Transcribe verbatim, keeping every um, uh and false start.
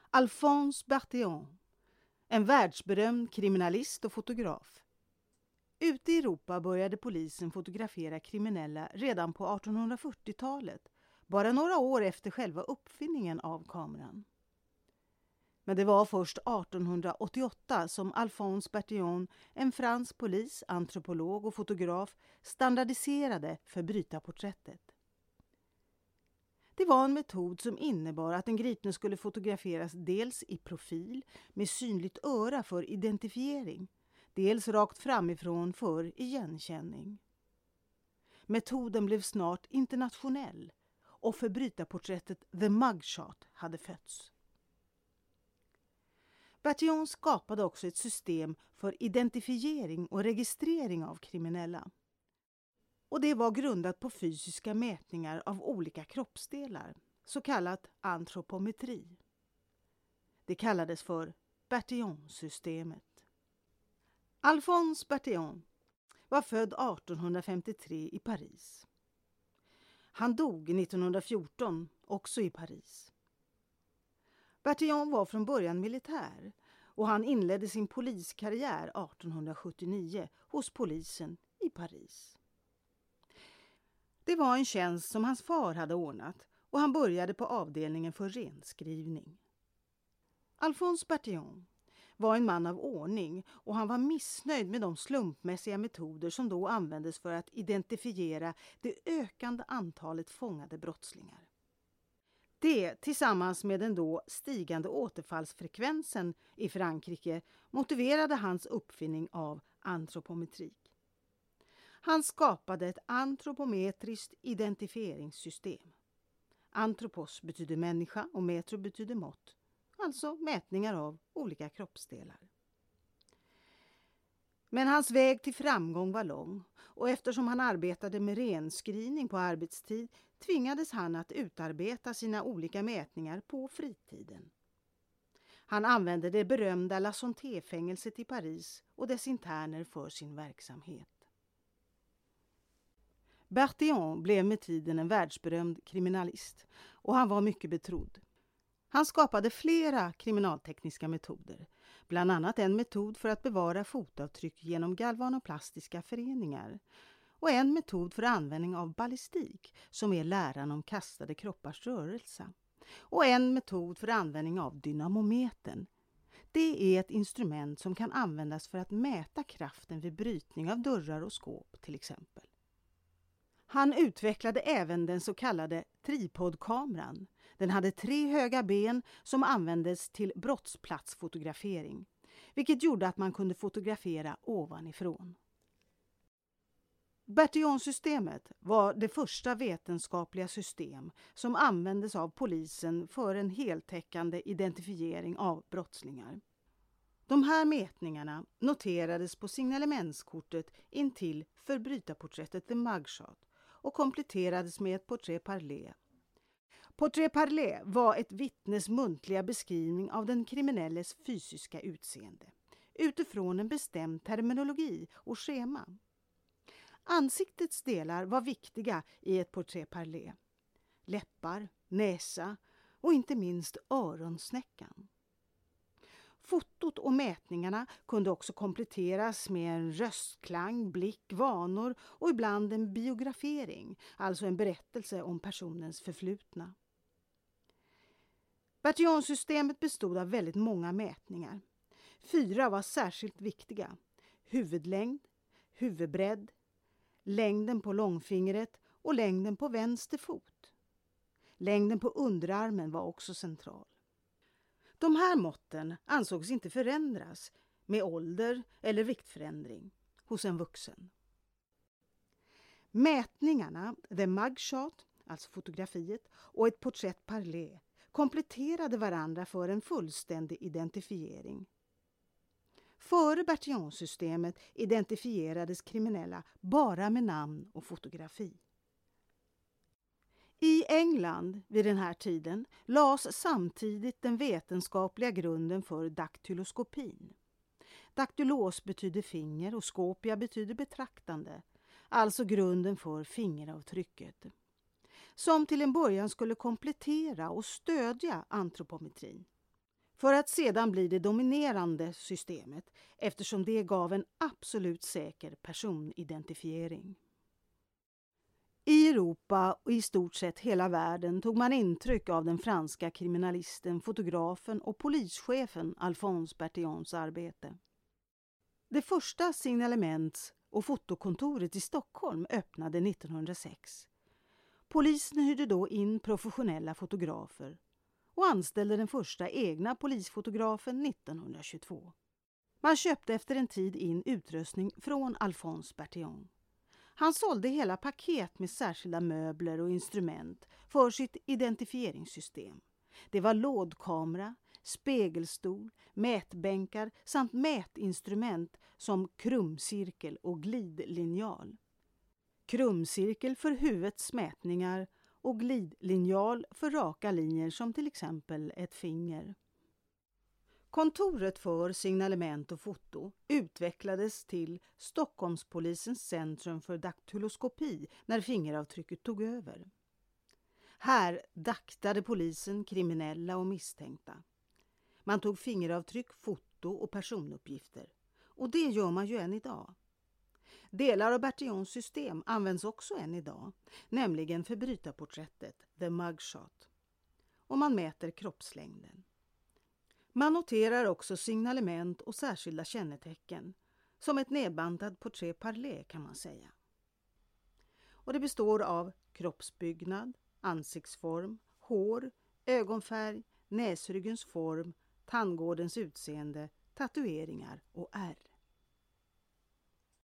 Alphonse Bertillon, en världsberömd kriminalist och fotograf. Ute i Europa började polisen fotografera kriminella redan på artonhundrafyrtiotalet, bara några år efter själva uppfinningen av kameran. Men det var först artonhundraåttioåtta som Alphonse Bertillon, en fransk polis, antropolog och fotograf, standardiserade förbrytarporträttet. Det var en metod som innebar att den gripne skulle fotograferas dels i profil med synligt öra för identifiering, dels rakt framifrån för igenkänning. Metoden blev snart internationell och förbrytarporträttet The Mugshot hade fötts. Bertillon skapade också ett system för identifiering och registrering av kriminella. Och det var grundat på fysiska mätningar av olika kroppsdelar, så kallat antropometri. Det kallades för Bertillon-systemet. Alphonse Bertillon var född artonhundrafemtiotre i Paris. Han dog nittonhundrafjorton, också i Paris. Bertillon var från början militär och han inledde sin poliskarriär artonhundrasjuttionio hos polisen i Paris. Det var en tjänst som hans far hade ordnat och han började på avdelningen för renskrivning. Alphonse Bertillon var en man av ordning och han var missnöjd med de slumpmässiga metoder som då användes för att identifiera det ökande antalet fångade brottslingar. Det, tillsammans med den då stigande återfallsfrekvensen i Frankrike, motiverade hans uppfinning av antropometrik. Han skapade ett antropometriskt identifieringssystem. Antropos betyder människa och metro betyder mått, alltså mätningar av olika kroppsdelar. Men hans väg till framgång var lång och eftersom han arbetade med renskrivning på arbetstid tvingades han att utarbeta sina olika mätningar på fritiden. Han använde det berömda La Santé-fängelset i Paris och dess interner för sin verksamhet. Bertillon blev med tiden en världsberömd kriminalist och han var mycket betrodd. Han skapade flera kriminaltekniska metoder, bland annat en metod för att bevara fotavtryck genom galvanoplastiska föreningar och en metod för användning av ballistik som är läran om kastade kroppars rörelse och en metod för användning av dynamometern. Det är ett instrument som kan användas för att mäta kraften vid brytning av dörrar och skåp till exempel. Han utvecklade även den så kallade tripodkameran. Den hade tre höga ben som användes till brottsplatsfotografering, vilket gjorde att man kunde fotografera ovanifrån. Bertillon-systemet var det första vetenskapliga system som användes av polisen för en heltäckande identifiering av brottslingar. De här mätningarna noterades på signalementskortet intill förbrytarporträttet The Mugshot och kompletterades med ett portrait parlé. Portrait parlé var ett vittnes muntliga beskrivning av den kriminelles fysiska utseende utifrån en bestämd terminologi och schema. Ansiktets delar var viktiga i ett portrait parlé. Läppar, näsa och inte minst öronsnäckan. Fotot och mätningarna kunde också kompletteras med en röstklang, blick, vanor och ibland en biografering, alltså en berättelse om personens förflutna. Bertillon-systemet bestod av väldigt många mätningar. Fyra var särskilt viktiga: huvudlängd, huvudbredd, längden på långfingret och längden på vänster fot. Längden på underarmen var också central. De här måtten ansågs inte förändras med ålder eller viktförändring hos en vuxen. Mätningarna, the mugshot, alltså fotografiet, och ett portrait parlé kompletterade varandra för en fullständig identifiering. Före Bertillon-systemet identifierades kriminella bara med namn och fotografi. I England vid den här tiden lades samtidigt den vetenskapliga grunden för daktyloskopin. Daktylos betyder finger och skopia betyder betraktande, alltså grunden för fingeravtrycket, som till en början skulle komplettera och stödja antropometrin. för att sedan bli det dominerande systemet eftersom det gav en absolut säker personidentifiering. I Europa och i stort sett hela världen tog man intryck av den franska kriminalisten, fotografen och polischefen Alphonse Bertillons arbete. Det första signalements- och fotokontoret i Stockholm öppnade nittonhundrasex. Polisen hyrde då in professionella fotografer och anställde den första egna polisfotografen nittonhundratjugotvå. Man köpte efter en tid in utrustning från Alphonse Bertillon. Han sålde hela paket med särskilda möbler och instrument för sitt identifieringssystem. Det var lådkamera, spegelstol, mätbänkar samt mätinstrument som krumcirkel och glidlinjal. Krumcirkel för huvudets mätningar och glidlinjal för raka linjer som till exempel ett finger. Kontoret för signalement och foto utvecklades till Stockholmspolisens centrum för daktyloskopi när fingeravtrycket tog över. Här daktade polisen kriminella och misstänkta. Man tog fingeravtryck, foto och personuppgifter. Och det gör man ju än idag. Delar av Bertillons system används också än idag, nämligen förbrytarporträttet, the mugshot. Och man mäter kroppslängden. Man noterar också signalement och särskilda kännetecken, som ett nedbantat portrait parlé kan man säga. Och det består av kroppsbyggnad, ansiktsform, hår, ögonfärg, näsryggens form, tandgårdens utseende, tatueringar och ärr.